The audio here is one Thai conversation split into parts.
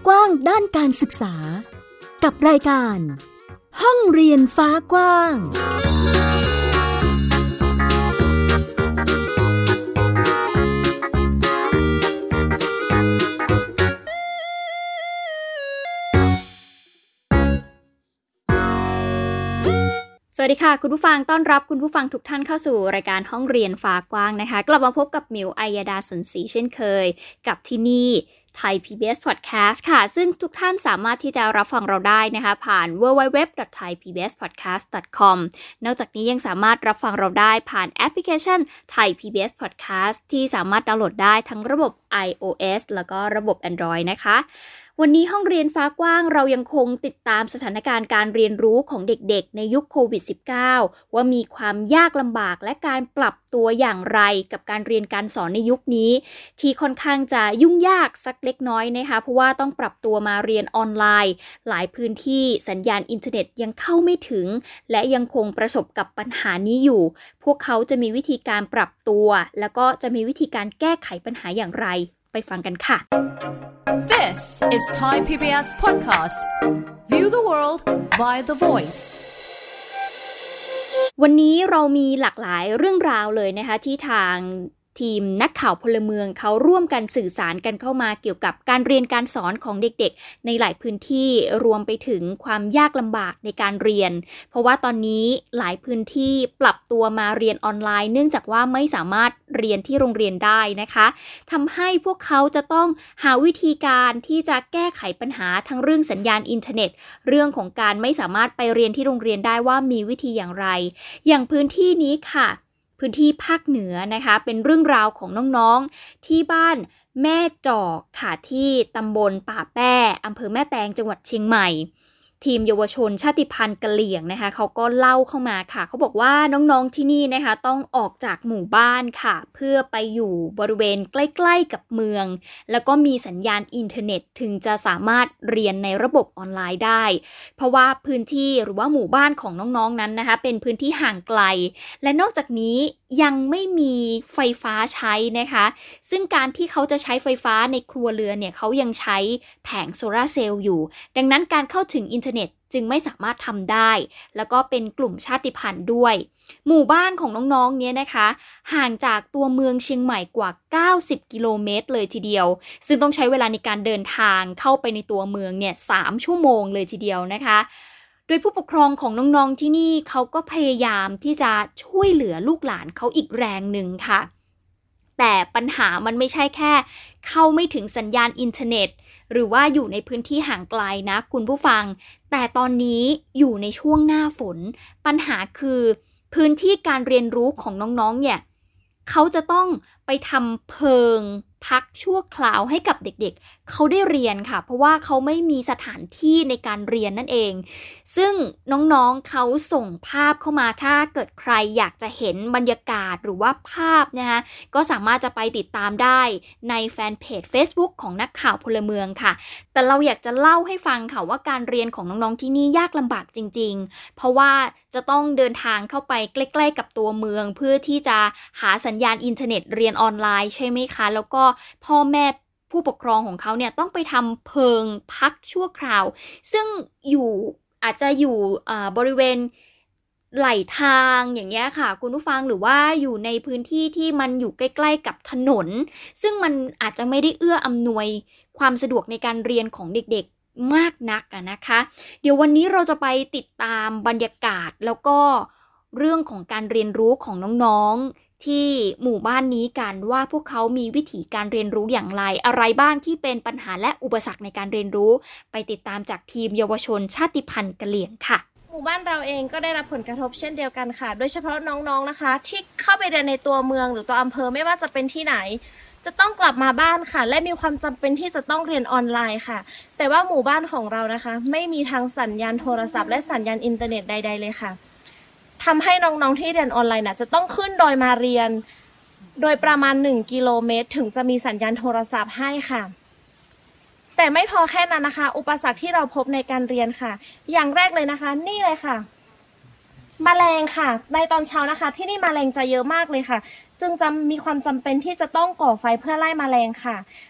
กว้างด้านการศึกษากับรายการห้องเรียนฟ้ากว้างสวัสดีค่ะคุณผู้ฟังต้อนรับคุณผู้ฟังทุกท่านเข้าสู่รายการห้องเรียนฟ้ากว้างนะคะกลับมาพบกับหมิวอัยดาสนศรีเช่นเคยกับที่นี่ไทย PBS Podcast ค่ะซึ่งทุกท่านสามารถที่จะรับฟังเราได้นะคะผ่าน www.thaipbspodcast.com นอกจากนี้ยังสามารถรับฟังเราได้ผ่านแอปพลิเคชัน Thai PBS Podcast ที่สามารถดาวน์โหลดได้ทั้งระบบ iOS แล้วก็ระบบ Android นะคะวันนี้ห้องเรียนฟ้ากว้างเรายังคงติดตามสถานการณ์การเรียนรู้ของเด็กๆในยุคโควิด -19 ว่ามีความยากลำบากและการปรับตัวอย่างไรกับการเรียนการสอนในยุคนี้ที่ค่อนข้างจะยุ่งยากสักเล็กน้อยนะคะเพราะว่าต้องปรับตัวมาเรียนออนไลน์หลายพื้นที่สัญญาณอินเทอร์เน็ตยังเข้าไม่ถึงและยังคงประสบกับปัญหานี้อยู่พวกเขาจะมีวิธีการปรับตัวแล้วก็จะมีวิธีการแก้ไขปัญหาอย่างไรไปฟังกันค่ะ This is Thai PBS Podcast. View the world via the voice. วันนี้เรามีหลากหลายเรื่องราวเลยนะคะที่ทางทีมนักข่าวพลเมืองเขาร่วมกันสื่อสารกันเข้ามาเกี่ยวกับการเรียนการสอนของเด็กๆในหลายพื้นที่รวมไปถึงความยากลำบากในการเรียนเพราะว่าตอนนี้หลายพื้นที่ปรับตัวมาเรียนออนไลน์เนื่องจากว่าไม่สามารถเรียนที่โรงเรียนได้นะคะทำให้พวกเขาจะต้องหาวิธีการที่จะแก้ไขปัญหาทั้งเรื่องสัญญาณอินเทอร์เน็ตเรื่องของการไม่สามารถไปเรียนที่โรงเรียนได้ว่ามีวิธีอย่างไรอย่างพื้นที่นี้ค่ะพื้นที่ภาคเหนือนะคะเป็นเรื่องราวของน้องๆที่บ้านแม่จอกค่ะที่ตำบลป่าแป้อำเภอแม่แตงจังหวัดเชียงใหม่ทีมเยาวชนชาติพันธุ์กะเหรี่ยงนะคะเขาก็เล่าเข้ามาค่ะเขาบอกว่าน้องๆที่นี่นะคะต้องออกจากหมู่บ้านค่ะเพื่อไปอยู่บริเวณใกล้ๆกับเมืองแล้วก็มีสัญญาณอินเทอร์เน็ตถึงจะสามารถเรียนในระบบออนไลน์ได้เพราะว่าพื้นที่หรือว่าหมู่บ้านของน้องๆนั้นนะคะเป็นพื้นที่ห่างไกลและนอกจากนี้ยังไม่มีไฟฟ้าใช้นะคะซึ่งการที่เขาจะใช้ไฟฟ้าในครัวเรือนเนี่ยเขายังใช้แผงโซลาร์เซลล์อยู่ดังนั้นการเข้าถึงอินเทอร์เน็ตจึงไม่สามารถทำได้แล้วก็เป็นกลุ่มชาติพันธุ์ด้วยหมู่บ้านของน้องๆเนี่ยนะคะห่างจากตัวเมืองเชียงใหม่กว่า90กิโลเมตรเลยทีเดียวซึ่งต้องใช้เวลาในการเดินทางเข้าไปในตัวเมืองเนี่ย3ชั่วโมงเลยทีเดียวนะคะโดยผู้ปกครองของน้องๆที่นี่เขาก็พยายามที่จะช่วยเหลือลูกหลานเขาอีกแรงหนึ่งค่ะแต่ปัญหามันไม่ใช่แค่เข้าไม่ถึงสัญญาณอินเทอร์เน็ตหรือว่าอยู่ในพื้นที่ห่างไกลนะคุณผู้ฟังแต่ตอนนี้อยู่ในช่วงหน้าฝนปัญหาคือพื้นที่การเรียนรู้ของน้องๆเนี่ยเขาจะต้องไปทำเพิงพักชั่วคราวให้กับเด็กๆเขาได้เรียนค่ะเพราะว่าเขาไม่มีสถานที่ในการเรียนนั่นเองซึ่งน้องๆเขาส่งภาพเข้ามาถ้าเกิดใครอยากจะเห็นบรรยากาศหรือว่าภาพนะคะก็สามารถจะไปติดตามได้ในแฟนเพจ Facebook ของนักข่าวพลเมืองค่ะแต่เราอยากจะเล่าให้ฟังค่ะว่าการเรียนของน้องๆที่นี่ยากลำบากจริงๆเพราะว่าจะต้องเดินทางเข้าไปใกล้ๆกับตัวเมืองเพื่อที่จะหาสัญญาณอินเทอร์เน็ตเรียนออนไลน์ใช่ไหมคะแล้วก็พ่อแม่ผู้ปกครองของเขาเนี่ยต้องไปทำเพิงพักชั่วคราวซึ่งอาจจะอยู่บริเวณไหลทางอย่างเงี้ยค่ะคุณผู้ฟังหรือว่าอยู่ในพื้นที่ที่มันอยู่ใกล้ๆกับถนนซึ่งมันอาจจะไม่ได้เอื้ออำนวยความสะดวกในการเรียนของเด็กๆมากนักนะคะเดี๋ยววันนี้เราจะไปติดตามบรรยากาศแล้วก็เรื่องของการเรียนรู้ของน้องๆที่หมู่บ้านนี้กันว่าพวกเขามีวิธีการเรียนรู้อย่างไรอะไรบ้างที่เป็นปัญหาและอุปสรรคในการเรียนรู้ไปติดตามจากทีมเยาวชนชาติพันธุ์กะเหรี่ยงค่ะหมู่บ้านเราเองก็ได้รับผลกระทบเช่นเดียวกันค่ะโดยเฉพาะน้องๆนะคะที่เข้าไปเรียนในตัวเมืองหรือตัวอำเภอไม่ว่าจะเป็นที่ไหนจะต้องกลับมาบ้านค่ะและมีความจำเป็นที่จะต้องเรียนออนไลน์ค่ะแต่ว่าหมู่บ้านของเรานะคะไม่มีทั้งสัญญาณโทรศัพท์และสัญญาณอินเทอร์เน็ตใดๆเลยค่ะทำให้น้องๆที่เรียนออนไลน์จะต้องขึ้นดอยมาเรียนโดยประมาณ1กิโลเมตรถึงจะมีสัญญาณโทรศัพท์ให้ค่ะแต่ไม่พอแค่นั้นนะคะอุปสรรคที่เราพบในการเรียนค่ะอย่างแรกเลยนะคะนี่เลยค่ะแมลงค่ะในตอนเช้านะคะที่นี่แมลงจะเยอะมากเลยค่ะจึงจะมีความจำเป็นที่จะต้องก่อไฟเพื่อไล่แมลงค่ะ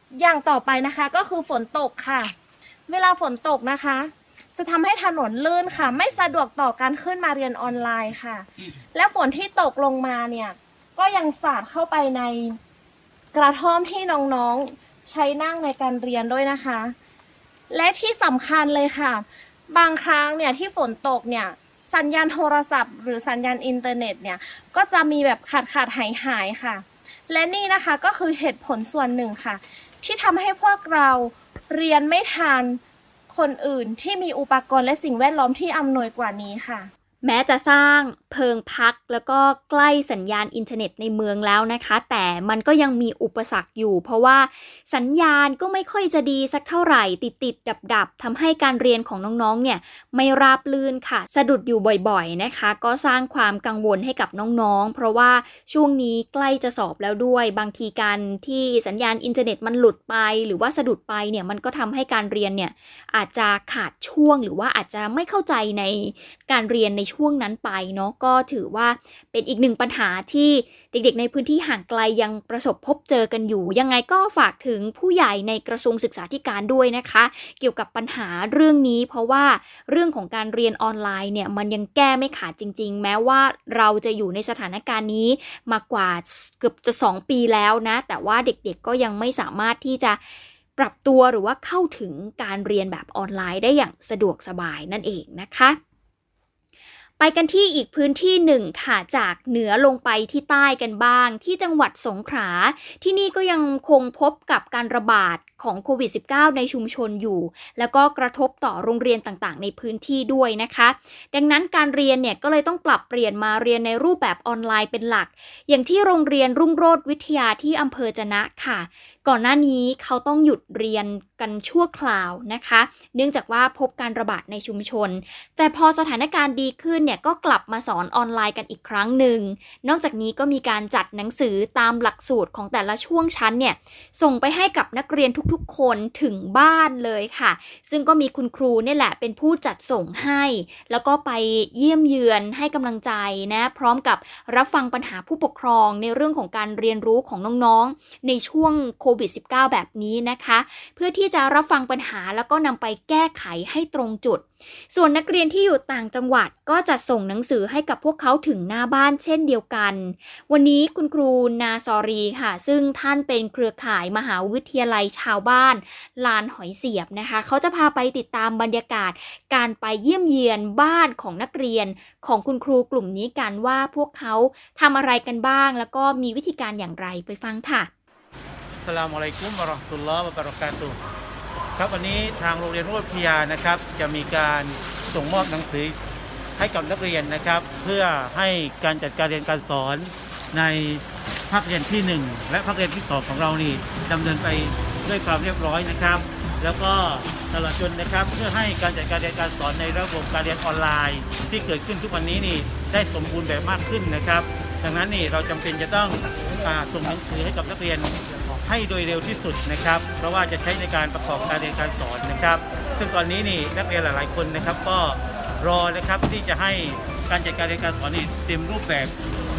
อย่างต่อไปนะคะก็คือฝนตกค่ะเวลาฝนตกนะคะจะทำให้ถนนลื่นค่ะไม่สะดวกต่อการขึ้นมาเรียนออนไลน์ค่ะและฝนที่ตกลงมาเนี่ยก็ยังสาดเข้าไปในกระท่อมที่น้องๆใช้นั่งในการเรียนด้วยนะคะและที่สำคัญเลยค่ะบางครั้งเนี่ยที่ฝนตกเนี่ยสัญญาณโทรศัพท์หรือสัญญาณอินเทอร์เน็ตเนี่ยก็จะมีแบบขาดหายค่ะและนี่นะคะก็คือเหตุผลส่วนหนึ่งค่ะที่ทำให้พวกเราเรียนไม่ทันคนอื่นที่มีอุปกรณ์และสิ่งแวดล้อมที่อำนวยกว่านี้ค่ะแม้จะสร้างเพิงพักแล้วก็ใกล้สัญญาณอินเทอร์เน็ตในเมืองแล้วนะคะแต่มันก็ยังมีอุปสรรคอยู่เพราะว่าสัญญาณก็ไม่ค่อยจะดีสักเท่าไหร่ติดดับทำให้การเรียนของน้องๆเนี่ยไม่ราบรื่นค่ะสะดุดอยู่บ่อยๆนะคะก็สร้างความกังวลให้กับน้องๆเพราะว่าช่วงนี้ใกล้จะสอบแล้วด้วยบางทีการที่สัญญาณอินเทอร์เน็ตมันหลุดไปหรือว่าสะดุดไปเนี่ยมันก็ทำให้การเรียนเนี่ยอาจจะขาดช่วงหรือว่าอาจจะไม่เข้าใจในการเรียนในช่วงนั้นไปเนาะก็ถือว่าเป็นอีกหนึ่งปัญหาที่เด็กๆในพื้นที่ห่างไกลยังประสบพบเจอกันอยู่ยังไงก็ฝากถึงผู้ใหญ่ในกระทรวงศึกษาธิการด้วยนะคะเกี่ยวกับปัญหาเรื่องนี้เพราะว่าเรื่องของการเรียนออนไลน์เนี่ยมันยังแก้ไม่ขาดจริงๆแม้ว่าเราจะอยู่ในสถานการณ์นี้มากว่าเกือบจะ2 ปีแล้วนะแต่ว่าเด็กๆก็ยังไม่สามารถที่จะปรับตัวหรือว่าเข้าถึงการเรียนแบบออนไลน์ได้อย่างสะดวกสบายนั่นเองนะคะไปกันที่อีกพื้นที่หนึ่งค่ะจากเหนือลงไปที่ใต้กันบ้างที่จังหวัดสงขลาที่นี่ก็ยังคงพบกับการระบาดของโควิด -19 ในชุมชนอยู่แล้วก็กระทบต่อโรงเรียนต่างๆในพื้นที่ด้วยนะคะดังนั้นการเรียนเนี่ยก็เลยต้องปรับเปลี่ยนมาเรียนในรูปแบบออนไลน์เป็นหลักอย่างที่โรงเรียนรุ่งโรจน์วิทยาที่อำเภอจะนะค่ะก่อนหน้านี้เขาต้องหยุดเรียนกันชั่วคราวนะคะเนื่องจากว่าพบการระบาดในชุมชนแต่พอสถานการณ์ดีขึ้นเนี่ยก็กลับมาสอนออนไลน์กันอีกครั้งหนึ่งนอกจากนี้ก็มีการจัดหนังสือตามหลักสูตรของแต่ละช่วงชั้นเนี่ยส่งไปให้กับนักเรียนทุกๆคนถึงบ้านเลยค่ะซึ่งก็มีคุณครูนี่แหละเป็นผู้จัดส่งให้แล้วก็ไปเยี่ยมเยือนให้กำลังใจนะพร้อมกับรับฟังปัญหาผู้ปกครองในเรื่องของการเรียนรู้ของน้องๆในช่วงโควิด -19 แบบนี้นะคะเพื่อที่จะรับฟังปัญหาแล้วก็นำไปแก้ไขให้ตรงจุดส่วนนักเรียนที่อยู่ต่างจังหวัดก็จะส่งหนังสือให้กับพวกเขาถึงหน้าบ้านเช่นเดียวกันวันนี้คุณครูนาซอรีค่ะซึ่งท่านเป็นเครือข่ายมหาวิทยาลัยชาวบ้านลานหอยเสียบนะคะเขาจะพาไปติดตามบรรยากาศการไปเยี่ยมเยียนบ้านของนักเรียนของคุณครูกลุ่มนี้กันว่าพวกเขาทำอะไรกันบ้างแล้วก็มีวิธีการอย่างไรไปฟังค่ะอัสสลามุอะลัยกุมวะเราะห์มะตุลลอฮ์วะบะเราะกาตุฮ์ครับวันนี้ทางโรงเรียนรุ่งโรจน์วิทยานะครับจะมีการส่งมอบหนังสือให้กับนักเรียนนะครับเพื่อให้การจัดการเรียนการสอนในภาคเรียนที่ 1และภาคเรียนที่ 2ของเรานี่ดำเนินไปด้วยความเรียบร้อยนะครับแล้วก็ตลอดจนนะครับเพื่อให้การจัดการเรียนการสอนในระบบการเรียนออนไลน์ที่เกิดขึ้นทุกวันนี้นี่ได้สมบูรณ์แบบมากขึ้นนะครับดังนั้นนี่เราจำเป็นจะต้องส่งหนังสือให้กับนักเรียนให้โดยเร็วที่สุดนะครับเพราะว่าจะใช้ในการประกอบการเรียนการสอนนะครับซึ่งตอนนี้นี่นักเรียนหลายๆคนนะครับก็รอนะครับที่จะให้การจัดการเรียนการสอนนี่เต็มรูปแบบ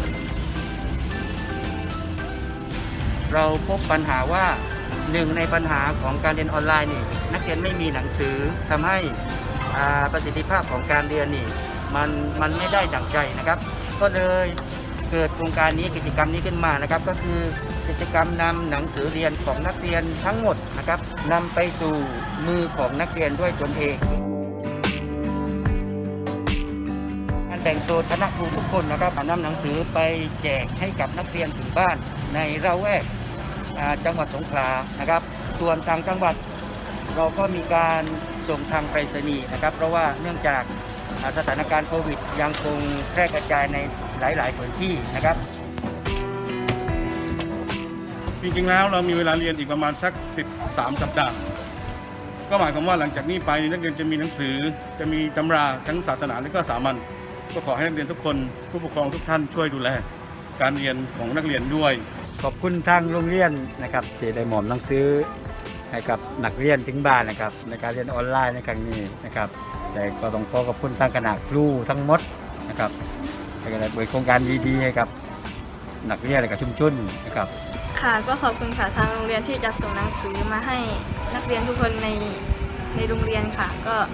เราพบปัญหาว่าหนึ่งในปัญหาของการเรียนออนไลน์นี่นักเรียนไม่มีหนังสือทำให้ประสิทธิภาพของการเรียนนี่มันไม่ได้ดั่งใจนะครับก็เลยเกิดโครงการนี้กิจกรรมนี้ขึ้นมานะครับก็คือกิจกรรมนำหนังสือเรียนของนักเรียนทั้งหมดนะครับนำไปสู่มือของนักเรียนด้วยตนเองการแบ่งโซนคณะครูทุกคนนะครับนำหนังสือไปแจกให้กับนักเรียนถึงบ้านในละแวกจังหวัดสงขลานะครับส่วนต่างจังหวัดเราก็มีการส่งทางไปรษณีย์นะครับเพราะว่าเนื่องจากสถานการณ์โควิดยังคงแพร่กระจายในหลายๆพื้นที่นะครับจริงๆแล้วเรามีเวลาเรียนอีกประมาณสัก13 สัปดาห์ก็หมายความว่าหลังจากนี้ไปนักเรียนจะมีหนังสือจะมีตำราทั้งศาสนาและก็สามัญก็ขอให้นักเรียนทุกคนผู้ปกครองทุกท่านช่วยดูแลการเรียนของนักเรียนด้วยขอบคุณทางโรงเรียนนะครับที่ได้มอบหนังสือให้กับนักเรียนถึงบ้านนะครับในการเรียนออนไลน์ในครั้งนี้นะครับแต่ก็ต้องขอบคุณทางคณะครูทั้งหมดนะครับให้ได้เปิดโครงการดีๆให้กับนักเรียนและกับชุมชนนะครับค่ะก็ขอบคุณค่ะทางโรงเรียนที่จะส่งหนังสือมาให้นักเรียนทุกคนในโรงเรียนค่ะ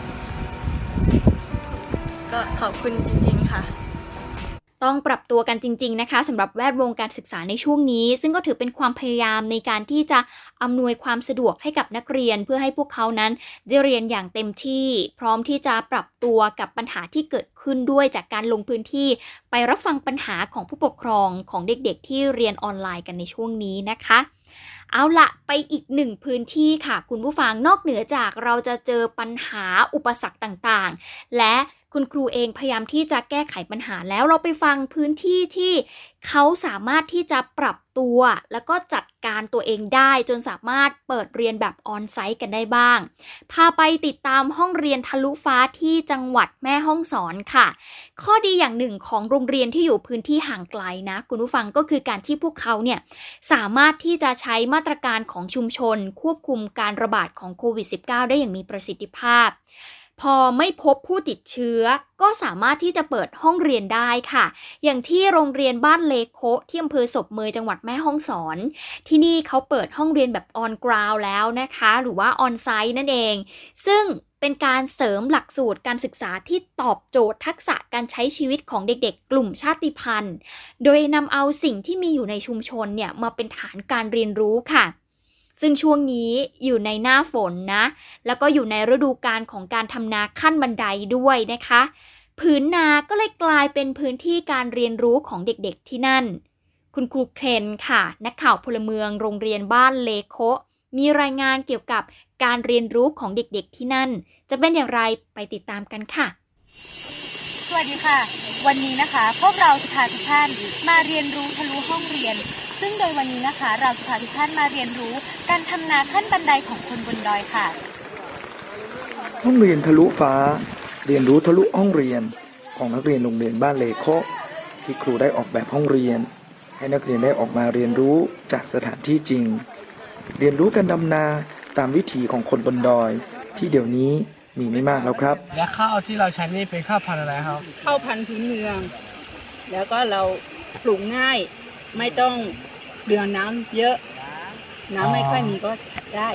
ก็ขอบคุณจริงๆค่ะต้องปรับตัวกันจริงๆนะคะสำหรับแวดวงการศึกษาในช่วงนี้ซึ่งก็ถือเป็นความพยายามในการที่จะอำนวยความสะดวกให้กับนักเรียนเพื่อให้พวกเขานั้นได้เรียนอย่างเต็มที่พร้อมที่จะปรับตัวกับปัญหาที่เกิดขึ้นด้วยจากการลงพื้นที่ไปรับฟังปัญหาของผู้ปกครองของเด็กๆที่เรียนออนไลน์กันในช่วงนี้นะคะเอาละไปอีกหนึ่งพื้นที่ค่ะคุณผู้ฟังนอกเหนือจากเราจะเจอปัญหาอุปสรรคต่างๆและคุณครูเองพยายามที่จะแก้ไขปัญหาแล้วเราไปฟังพื้นที่ที่เขาสามารถที่จะปรับตัวแล้วก็จัดการตัวเองได้จนสามารถเปิดเรียนแบบออนไซต์กันได้บ้างพาไปติดตามห้องเรียนทะลุฟ้าที่จังหวัดแม่ฮ่องสอนค่ะข้อดีอย่างหนึ่งของโรงเรียนที่อยู่พื้นที่ห่างไกลนะคุณผู้ฟังก็คือการที่พวกเขาเนี่ยสามารถที่จะใช้มาตรการของชุมชนควบคุมการระบาดของโควิด -19 ได้อย่างมีประสิทธิภาพพอไม่พบผู้ติดเชื้อก็สามารถที่จะเปิดห้องเรียนได้ค่ะอย่างที่โรงเรียนบ้านเลโคที่อำเภอศพเมยจังหวัดแม่ฮ่องสอนที่นี่เขาเปิดห้องเรียนแบบออนกราวด์แล้วนะคะหรือว่าออนไซต์นั่นเองซึ่งเป็นการเสริมหลักสูตรการศึกษาที่ตอบโจทย์ทักษะการใช้ชีวิตของเด็กๆกลุ่มชาติพันธุ์โดยนำเอาสิ่งที่มีอยู่ในชุมชนเนี่ยมาเป็นฐานการเรียนรู้ค่ะซึ่งช่วงนี้อยู่ในหน้าฝนนะแล้วก็อยู่ในฤดูกาลของการทำนาขั้นบันไดด้วยนะคะผืนนาก็เลยกลายเป็นพื้นที่การเรียนรู้ของเด็กๆที่นั่นคุณครูเคนค่ะนักข่าวพลเมืองโรงเรียนบ้านเลโคมีรายงานเกี่ยวกับการเรียนรู้ของเด็กๆที่นั่นจะเป็นอย่างไรไปติดตามกันค่ะสวัสดีค่ะวันนี้นะคะพวกเราจะพาทุกท่านมาเรียนรู้ทะลุห้องเรียนซึ่งโดยวันนี้นะคะเราจะพาทุกท่านมาเรียนรู้การทำนาขั้นบันไดของคนบนดอยค่ะห้องเรียนทะลุฟ้าเรียนรู้ทะลุห้องเรียนของนักเรียนโรงเรียนบ้านเลโคที่ครูได้ออกแบบห้องเรียนให้นักเรียนได้ออกมาเรียนรู้จากสถานที่จริงเรียนรู้การดำนาตามวิถีของคนบนดอยที่เดี๋ยวนี้มีไม่มากแล้วครับและข้าวที่เราใช้นี่เป็นข้าวพันธุ์อะไรครับข้าวพันธุ์พื้นเมืองแล้วก็เราปลูกง่ายไม่ต้องเดือดน้ำเยอะน้ำไม่ค่อยมีก็ได้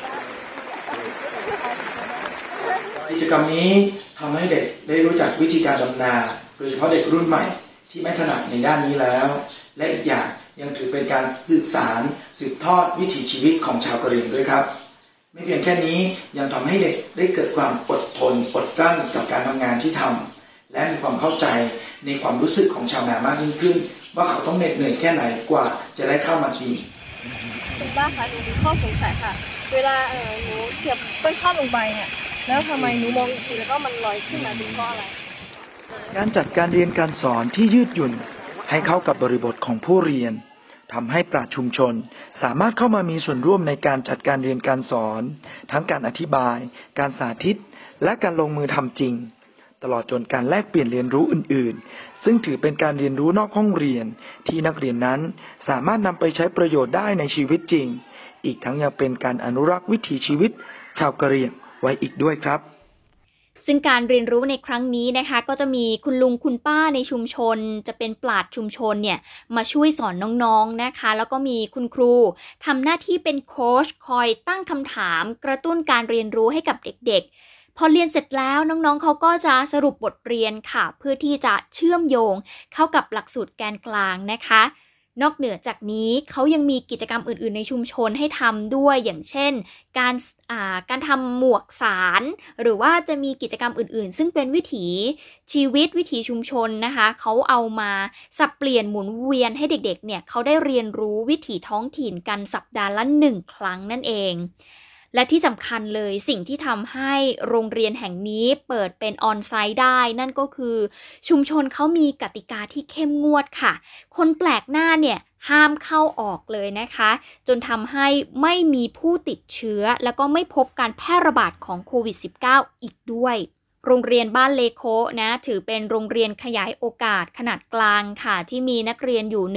กิจกรรมนี้ทำให้เด็กได้รู้จักวิธีการดำนาโดยเฉพาะเด็กรุ่นใหม่ที่ไม่ถนัดในด้านนี้แล้วและอีกอย่างยังถือเป็นการสืบทอดวิถีชีวิตของชาวกะเหรี่ยงด้วยครับไม่เพียงแค่นี้ยังทำให้เด็กได้เกิดความอดทนอดกลั้นกับการทำงานที่ทำและมีความเข้าใจในความรู้สึกของชาวนา มากยิ่งขึ้นว่าเขาต้องเหน็ดเหนื่อยแค่ไหนกว่าจะได้เข้ามากินคุณป้าคะหนูมีข้อสงสัยค่ะเวลาหนูเสียบต้นข้าวลงไปเนี่ยแล้วทำไมหนูมองอีกทีแล้วก็มันลอยขึ้นมาเป็นเพราะอะไรการจัดการเรียนการสอนที่ยืดหยุ่นให้เข้ากับบริบทของผู้เรียนทำให้ปราชญ์ชุมชนสามารถเข้ามามีส่วนร่วมในการจัดการเรียนการสอนทั้งการอธิบายการสาธิตและการลงมือทำจริงตลอดจนการแลกเปลี่ยนเรียนรู้อื่นๆซึ่งถือเป็นการเรียนรู้นอกห้องเรียนที่นักเรียนนั้นสามารถนำไปใช้ประโยชน์ได้ในชีวิตจริงอีกทั้งยังเป็นการอนุรักษ์วิถีชีวิตชาวกะเหรี่ยงไว้อีกด้วยครับซึ่งการเรียนรู้ในครั้งนี้นะคะก็จะมีคุณลุงคุณป้าในชุมชนจะเป็นปราชญ์ชุมชนเนี่ยมาช่วยสอนน้องๆนะคะแล้วก็มีคุณครูทำหน้าที่เป็นโค้ชคอยตั้งคำถามกระตุ้นการเรียนรู้ให้กับเด็กๆพอเรียนเสร็จแล้วน้องๆเขาก็จะสรุปบทเรียนค่ะเพื่อที่จะเชื่อมโยงเข้ากับหลักสูตรแกนกลางนะคะนอกเหนือจากนี้เขายังมีกิจกรรมอื่นๆในชุมชนให้ทำด้วยอย่างเช่นการทำหมวกสารหรือว่าจะมีกิจกรรมอื่นๆซึ่งเป็นวิถีชีวิตวิถีชุมชนนะคะเขาเอามาสับเปลี่ยนหมุนเวียนให้เด็กๆเนี่ยเขาได้เรียนรู้วิถีท้องถิ่นกันสัปดาห์ละ1 ครั้งนั่นเองและที่สำคัญเลยสิ่งที่ทำให้โรงเรียนแห่งนี้เปิดเป็นออนไซต์ได้นั่นก็คือชุมชนเขามีกติกาที่เข้มงวดค่ะคนแปลกหน้าเนี่ยห้ามเข้าออกเลยนะคะจนทำให้ไม่มีผู้ติดเชื้อแล้วก็ไม่พบการแพร่ระบาดของโควิด -19 อีกด้วยโรงเรียนบ้านเลโคนะถือเป็นโรงเรียนขยายโอกาสขนาดกลางค่ะที่มีนักเรียนอยู่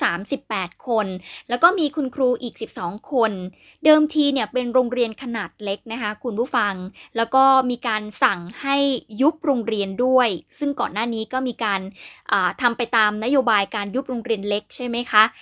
138คนแล้วก็มีคุณครูอีก12คนเดิมทีเนี่ยเป็นโรงเรียนขนาดเล็กนะคะคุณผู้ฟังแล้วก็มีการสั่งให้ยุบโรงเรียนด้วยซึ่งก่อนหน้านี้ก็มีการทำไปตามนโยบายการยุบโรงเรียนเล็กใช่ไหมคะ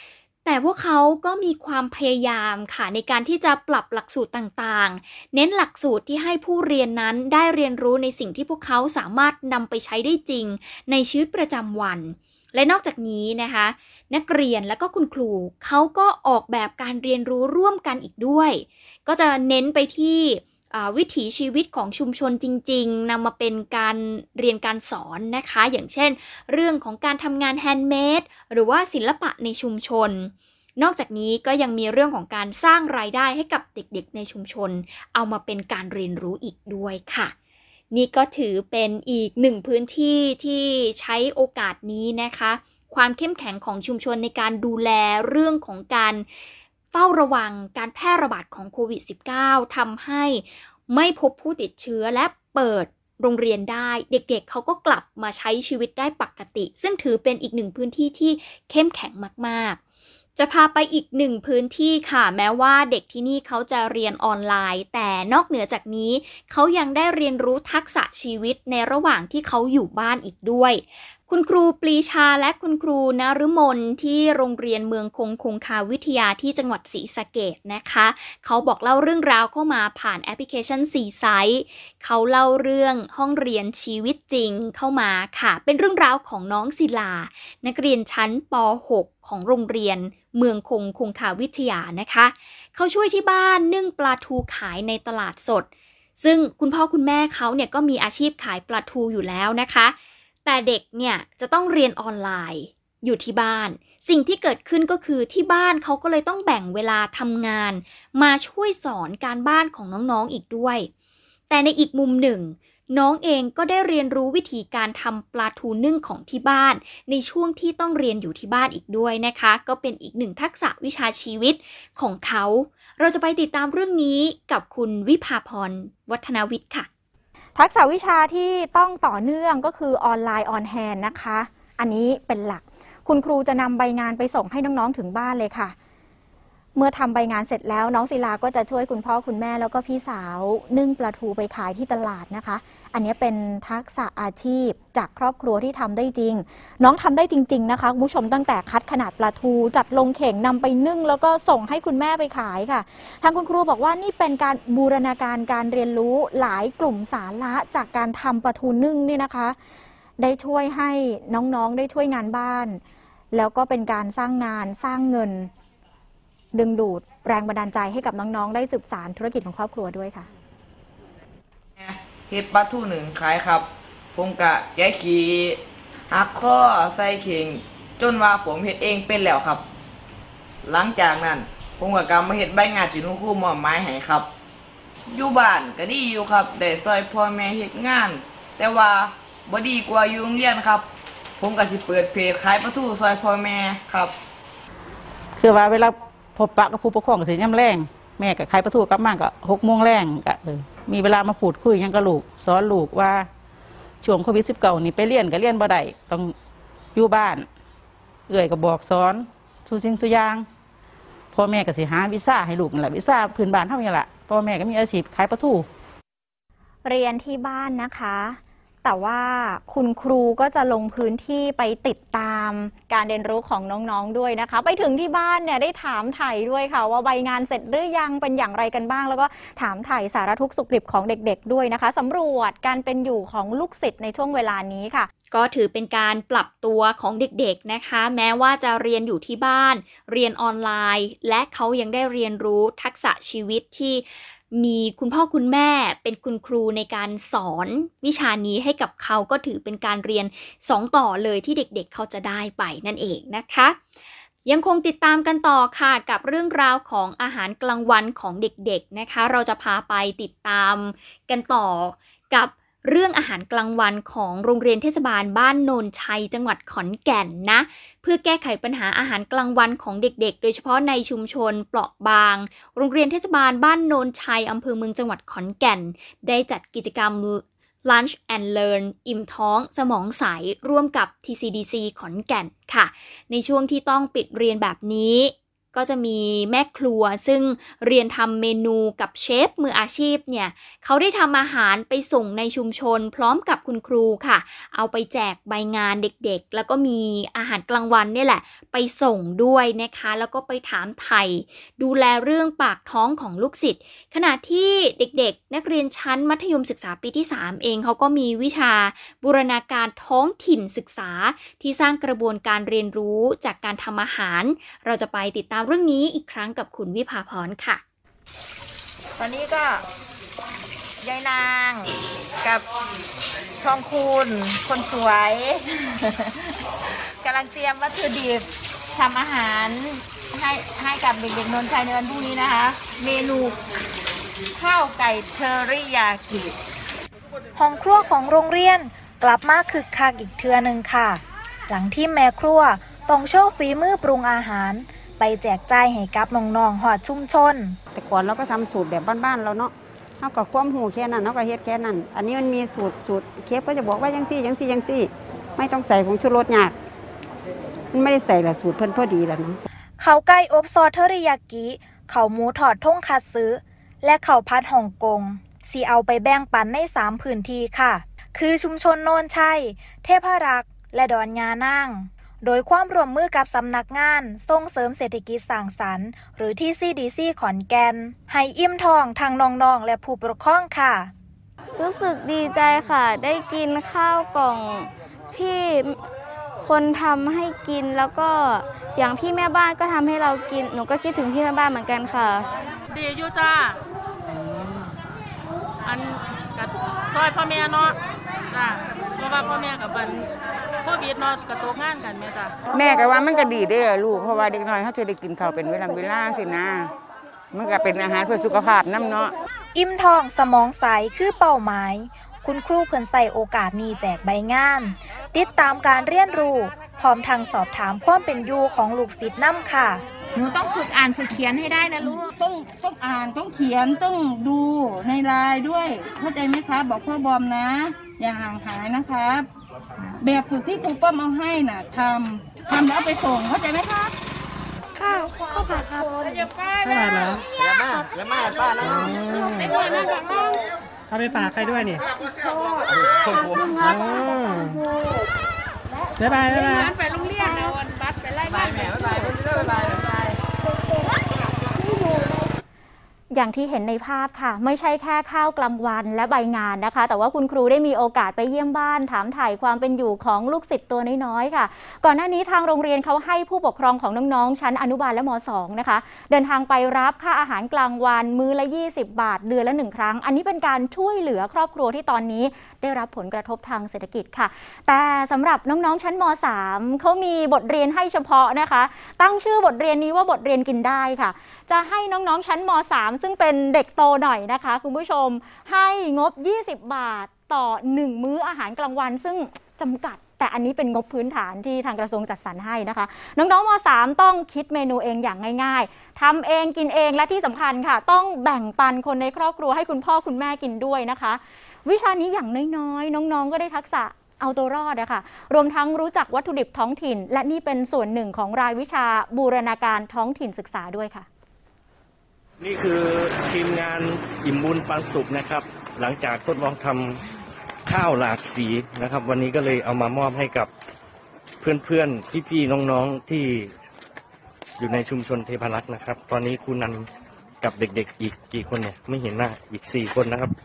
แต่พวกเขาก็มีความพยายามค่ะในการที่จะปรับหลักสูตรต่างๆเน้นหลักสูตรที่ให้ผู้เรียนนั้นได้เรียนรู้ในสิ่งที่พวกเขาสามารถนำไปใช้ได้จริงในชีวิตประจำวันและนอกจากนี้นะคะนักเรียนและก็คุณครูเขาก็ออกแบบการเรียนรู้ร่วมกันอีกด้วยก็จะเน้นไปที่วิถีชีวิตของชุมชนจริงๆนำมาเป็นการเรียนการสอนนะคะอย่างเช่นเรื่องของการทำงานแฮนด์เมดหรือว่าศิลปะในชุมชนนอกจากนี้ก็ยังมีเรื่องของการสร้างรายได้ให้กับเด็กๆในชุมชนเอามาเป็นการเรียนรู้อีกด้วยค่ะนี่ก็ถือเป็นอีกหนึ่งพื้นที่ที่ใช้โอกาสนี้นะคะความเข้มแข็งของชุมชนในการดูแลเรื่องของการเฝ้าระวังการแพร่ระบาดของโควิด -19 ทำให้ไม่พบผู้ติดเชื้อและเปิดโรงเรียนได้เด็กๆเขาก็กลับมาใช้ชีวิตได้ปกติซึ่งถือเป็นอีกหนึ่งพื้นที่ที่เข้มแข็งมากๆจะพาไปอีกหนึ่งพื้นที่ค่ะแม้ว่าเด็กที่นี่เขาจะเรียนออนไลน์แต่นอกเหนือจากนี้เขายังได้เรียนรู้ทักษะชีวิตในระหว่างที่เขาอยู่บ้านอีกด้วยคุณครูปรีชาและคุณครูนฤมลที่โรงเรียนเมืองคงคาวิทยาที่จังหวัดศรีสะเกษนะคะเขาบอกเล่าเรื่องราวเข้ามาผ่านแอปพลิเคชัน4 Siteเขาเล่าเรื่องห้องเรียนชีวิตจริงเข้ามาค่ะเป็นเรื่องราวของน้องศิลานักเรียนชั้นป .6 ของโรงเรียนเมืองคงคาวิทยานะคะเขาช่วยที่บ้านนึ่งปลาทูขายในตลาดสดซึ่งคุณพ่อคุณแม่เขาเนี่ยก็มีอาชีพขายปลาทูอยู่แล้วนะคะแต่เด็กเนี่ยจะต้องเรียนออนไลน์อยู่ที่บ้านสิ่งที่เกิดขึ้นก็คือที่บ้านเขาก็เลยต้องแบ่งเวลาทำงานมาช่วยสอนการบ้านของน้องๆอีกด้วยแต่ในอีกมุมหนึ่งน้องเองก็ได้เรียนรู้วิธีการทำปลาทูนึ่งของที่บ้านในช่วงที่ต้องเรียนอยู่ที่บ้านอีกด้วยนะคะก็เป็นอีกหนึ่งทักษะวิชาชีวิตของเขาเราจะไปติดตามเรื่องนี้กับคุณวิภาพรวัฒนวิทย์ค่ะทักษะวิชาที่ต้องต่อเนื่องก็คือออนไลน์ออนแฮนด์นะคะอันนี้เป็นหลักคุณครูจะนำใบงานไปส่งให้น้องๆถึงบ้านเลยค่ะเมื่อทำใบงานเสร็จแล้วน้องศิลาก็จะช่วยคุณพ่อคุณแม่แล้วก็พี่สาวนึ่งปลาทูไปขายที่ตลาดนะคะอันนี้เป็นทักษะอาชีพจากครอบครัวที่ทำได้จริงน้องทำได้จริงๆนะคะคุณผู้ชมตั้งแต่คัดขนาดปลาทูจัดลงเข่งนำไปนึ่งแล้วก็ส่งให้คุณแม่ไปขายค่ะทางคุณครูบอกว่านี่เป็นการบูรณาการการเรียนรู้หลายกลุ่มสาระจากการทำปลาทูนึ่งนี่นะคะได้ช่วยให้น้องๆได้ช่วยงานบ้านแล้วก็เป็นการสร้างงานสร้างเงินดึงดูดแรงบันดาลใจให้กับน้องๆได้สืบสานธุรกิจของครอบครัวด้วยค่ะเฮ็ดปลาทูหนึ่งขายครับผมกะแก้ขี้หักข้อใส่เข่งจนว่าผมเฮ็ดเองเป็นแล้วครับหลังจากนั้นผมก็กลับมาเฮ็ดใบงานที่คุณครูมอบหมายให้ครับอยู่บ้านก็ดีอยู่ครับได้ช่วยพ่อแม่เฮ็ดงานแต่ว่าบ่ดีกว่าอยู่โรงเรียนครับผมก็สิเปิดเพจขายปลาทูช่วยพ่อแม่ครับคือว่าเวลาพบปะกับผู้ปกครองสิย่ำแรงแม่กับขายปลาทูกลับมาก็6 โมงแรงก็มีเวลามาพูดคุยยังกับลูกสอนลูกว่าช่วงโควิด-19นี่ไปเรียนก็เรียนบ่ได้ต้องอยู่บ้านเอื้อยก็บอกสอนทุกสิ่งทุกอย่างพ่อแม่ก็สิหาวีซ่าให้ลูกนั่นแหละวีซ่าพื้นบ้านเฮานี่แหละพ่อแม่ก็มีอาชีพขายปลาทูเรียนที่บ้านนะคะแต่ว่าคุณครูก็จะลงพื้นที่ไปติดตามการเรียนรู้ของน้องๆด้วยนะคะไปถึงที่บ้านเนี่ยได้ถามไถ่ด้วยค่ะว่าใบงานเสร็จหรือยังเป็นอย่างไรกันบ้างแล้วก็ถามไถ่สารทุกข์สุขดิบของเด็กๆด้วยนะคะสำรวจการเป็นอยู่ของลูกศิษย์ในช่วงเวลานี้ค่ะก็ถือเป็นการปรับตัวของเด็กๆนะคะแม้ว่าจะเรียนอยู่ที่บ้านเรียนออนไลน์และเขายังได้เรียนรู้ทักษะชีวิตที่มีคุณพ่อคุณแม่เป็นคุณครูในการสอนวิชานี้ให้กับเขาก็ถือเป็นการเรียน2 ต่อเลยที่เด็กๆเขาจะได้ไปนั่นเองนะคะยังคงติดตามกันต่อค่ะกับเรื่องราวของอาหารกลางวันของเด็กๆนะคะเราจะพาไปติดตามกันต่อกับเรื่องอาหารกลางวันของโรงเรียนเทศบาลบ้านโนนชัยจังหวัดขอนแก่นนะเพื่อแก้ไขปัญหาอาหารกลางวันของเด็กๆโดยเฉพาะในชุมชนเปราะบางโรงเรียนเทศบาลบ้านโนนชัยอำเภอเมืองจังหวัดขอนแก่นได้จัดกิจกรรม Lunch and Learn อิ่มท้องสมองใสร่วมกับ TCDC ขอนแก่นค่ะในช่วงที่ต้องปิดเรียนแบบนี้ก็จะมีแม่ครัวซึ่งเรียนทำเมนูกับเชฟมืออาชีพเนี่ยเขาได้ทำอาหารไปส่งในชุมชนพร้อมกับคุณครูค่ะเอาไปแจกใบงานเด็กๆแล้วก็มีอาหารกลางวันเนี่ยแหละไปส่งด้วยนะคะแล้วก็ไปถามไถ่ดูแลเรื่องปากท้องของลูกศิษย์ขณะที่เด็กๆนักเรียนชั้นมัธยมศึกษาปีที่3เองเขาก็มีวิชาบูรณาการท้องถิ่นศึกษาที่สร้างกระบวนการเรียนรู้จากการทำอาหารเราจะไปติดตามเรื่องนี้อีกครั้งกับคุณวิภาพรค่ะตอนนี้ก็ยายนางกับทองคุณคนสวยกำลังเตรียมวัตถุดิบทำอาหารให้กับเด็กๆนนชัยในวันพรุ่งนี้นะคะเมนูข้าวไก่เทอริยากิห้องครัวของโรงเรียนกลับมาคึกคักอีกเทื่อนึงค่ะหลังที่แม่ครัวต้องโชว์ฝีมือปรุงอาหารไปแจกจ่ายให้กับน้องๆหอดชุมชนแต่ก่อนเราก็ทำสูตรแบบบ้านๆเราเนาะเท่ากับความหูแค่นั้นเท่ากับเฮ็ดแค่นั้นอันนี้มันมีสูตรเชฟก็จะบอกว่ายังซี่ไม่ต้องใส่ผงชูรสยากมันไม่ได้ใส่ละสูตรเพิ่นพอดีแล้วเนาะข้าวไก่อบซอสเทอริยากิข้าวหมูทอดท่งคัตสึและข้าวผัดฮ่องกงสิเอาไปแบ่งปันใน3พื้นที่ค่ะคือชุมชนโนนชัยเทพรักษ์และดอนยานางโดยความร่วมมือกับสำนักงานส่งเสริมเศรษฐกิจสร้างสรรค์หรือที่ CDC ขอนแก่นให้อิ่มท้องทางน้องๆและผู้ปกครองค่ะรู้สึกดีใจค่ะได้กินข้าวกล่องที่คนทำให้กินแล้วก็อย่างพี่แม่บ้านก็ทำให้เรากินหนูก็คิดถึงพี่แม่บ้านเหมือนกันค่ะดีอยู่จ้าอันกับซอยพ่อแม่เนาะจ้าเพราะว่าพ่อแม่กับเป็นโควิดเนาะกับตัวงานกันแม่จ้าแม่ก็ว่ามันก็ดีได้อลูกเพราะว่าเด็กน้อยเขาจะได้กินข้าวเป็นเวลาสินะมันก็เป็นอาหารเพื่อสุขภาพน้ำเนาะอิ่มท้องสมองใสคือเป้าหมายคุณครูเพิ่นใส่โอกาสนี้แจกใบงานติดตามการเรียนรู้พร้อมทางสอบถามความเป็นอยู่ของลูกศิษย์นำค่ะหนูต้องฝึกอ่านฝึกเขียนให้ได้นะลูกต้องอ่านต้องเขียนต้องดูในไลน์ด้วยเข้าใจไหมคะบอกพ่อบอมนะอย่าห่างหายนะครับแบบฝึกที่ครูป้อมเอาให้น่ะทำแล้วไปส่งเข้าใจไหมคะข้าวผัดครับอย่าป้านะอย่ามาป้านะไม่ด้วยนะกับน้องถ้าไปฝากใครด้วยนี่บ๊ายบายไปโรงเรียนนะวันบัสไปไล่บ้านแม่บ๊ายบายอย่างที่เห็นในภาพค่ะไม่ใช่แค่ข้าวกลางวันและใบงานนะคะแต่ว่าคุณครูได้มีโอกาสไปเยี่ยมบ้านถามถ่ายความเป็นอยู่ของลูกศิษย์ตัวน้อยๆค่ะก่อนหน้านี้ทางโรงเรียนเขาให้ผู้ปกครองของน้องๆชั้นอนุบาลและม.2 นะคะเดินทางไปรับค่าอาหารกลางวันมื้อละ20 บาทเดือนละ1ครั้งอันนี้เป็นการช่วยเหลือครอบครัวที่ตอนนี้ได้รับผลกระทบทางเศรษฐกิจค่ะแต่สำหรับน้องๆชั้นม.3 เขามีบทเรียนให้เฉพาะนะคะตั้งชื่อบทเรียนนี้ว่าบทเรียนกินได้ค่ะจะให้น้องๆชั้นม.3 ซึ่งเป็นเด็กโตหน่อยนะคะคุณผู้ชมให้งบ20 บาทต่อ1มื้ออาหารกลางวันซึ่งจำกัดแต่อันนี้เป็นงบพื้นฐานที่ทางกระทรวงจัดสรรให้นะคะน้องๆม.3 ต้องคิดเมนูเองอย่างง่ายๆทำเองกินเองและที่สำคัญค่ะต้องแบ่งปันคนในครอบครัวให้คุณพ่อคุณแม่กินด้วยนะคะวิชานี้อย่างน้อยๆน้องๆก็ได้ทักษะเอาตัวรอดนะคะรวมทั้งรู้จักวัตถุดิบท้องถิ่นและนี่เป็นส่วนหนึ่งของรายวิชาบูรณาการท้องถิ่นศึกษาด้วยค่ะนี่คือทีมงานอิ่มบุญปันสุขนะครับหลังจากทดลองทำข้าวหลากสีนะครับวันนี้ก็เลยเอามามอบให้กับเพื่อนๆพี่ๆน้องๆที่อยู่ในชุมชนเทพรักษ์นะครับตอนนี้ครูนันกับเด็กๆอีกกี่คนเนี่ยไม่เห็นหน้าอีก4 คนนะครับ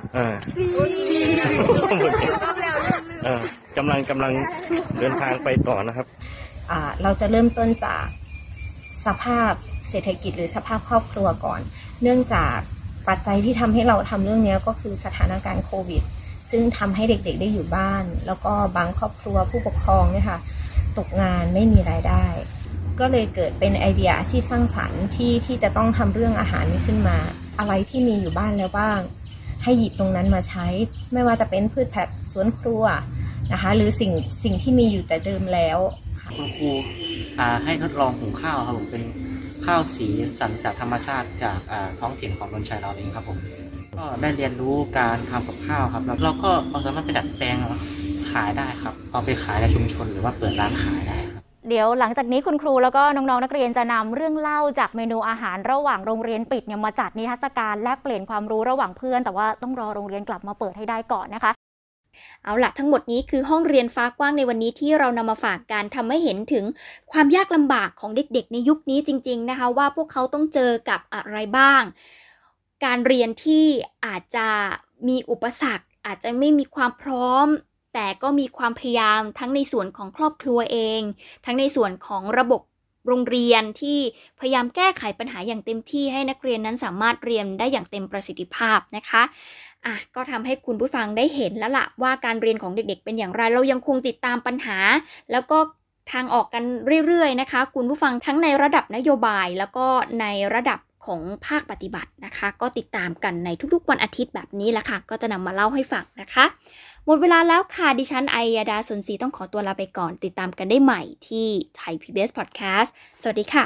กำลังเดินทางไปต่อนะครับเราจะเริ่มต้นจากสภาพเศรษฐกิจหรือสภาพครอบครัวก่อนเนื่องจากปัจจัยที่ทำให้เราทำเรื่องนี้ก็คือสถานการณ์โควิดซึ่งทำให้เด็กๆได้อยู่บ้านแล้วก็บางครอบครัวผู้ปกครองเนี่ยค่ะตกงานไม่มีรายได้ก็เลยเกิดเป็นไอเดียอาชีพสร้างสรรค์ที่จะต้องทำเรื่องอาหารนี้ขึ้นมาอะไรที่มีอยู่บ้านแล้วบ้างให้หยิบตรงนั้นมาใช้ไม่ว่าจะเป็นพืชผักสวนครัวนะคะหรือสิ่งที่มีอยู่แต่เดิมแล้วคุณครูให้ทดลองหุงข้าวครับผมเป็นข้าวสีสันจากธรรมชาติจากท้องถิ่นของนนชัยเราเองครับผมก็ได้เรียนรู้การทำกับข้าวครับแล้วเราก็สามารถไปดัดแปลงขายได้ครับเอาไปขายในชุมชนหรือว่าเปิดร้านขายได้ครับเดี๋ยวหลังจากนี้คุณครูแล้วก็น้องๆนักเรียนจะนำเรื่องเล่าจากเมนูอาหารระหว่างโรงเรียนปิดเนี่ยมาจัดนิทรรศการแลกเปลี่ยนความรู้ระหว่างเพื่อนแต่ว่าต้องรอโรงเรียนกลับมาเปิดให้ได้ก่อนนะคะเอาล่ะทั้งหมดนี้คือห้องเรียนฟ้ากว้างในวันนี้ที่เรานำมาฝากกันทำให้เห็นถึงความยากลำบากของเด็กๆในยุคนี้จริงๆนะคะว่าพวกเขาต้องเจอกับอะไรบ้างการเรียนที่อาจจะมีอุปสรรคอาจจะไม่มีความพร้อมแต่ก็มีความพยายามทั้งในส่วนของครอบครัวเองทั้งในส่วนของระบบโรงเรียนที่พยายามแก้ไขปัญหาอย่างเต็มที่ให้นักเรียนนั้นสามารถเรียนได้อย่างเต็มประสิทธิภาพนะคะก็ทำให้คุณผู้ฟังได้เห็นแล้วล่ะว่าการเรียนของเด็กๆเป็นอย่างไรเรายังคงติดตามปัญหาแล้วก็ทางออกกันเรื่อยๆนะคะคุณผู้ฟังทั้งในระดับนโยบายแล้วก็ในระดับของภาคปฏิบัตินะคะก็ติดตามกันในทุกๆวันอาทิตย์แบบนี้แหละค่ะก็จะนำมาเล่าให้ฟังนะคะหมดเวลาแล้วค่ะดิฉันไอยาดาสนศรีต้องขอตัวลาไปก่อนติดตามกันได้ใหม่ที่ Thai PBS Podcast สวัสดีค่ะ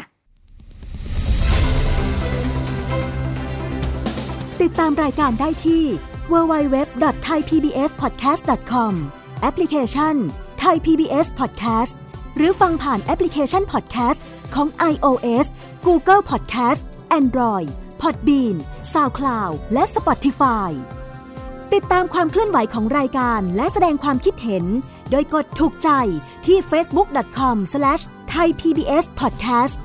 ติดตามรายการได้ที่ www.thaipbspodcast.com แอปพลิเคชัน Thai PBS Podcast หรือฟังผ่านแอปพลิเคชัน Podcast ของ iOS Google Podcast Android Podbean SoundCloud และ Spotify ติดตามความเคลื่อนไหวของรายการและแสดงความคิดเห็นโดยกดถูกใจที่ facebook.com/thaipbspodcast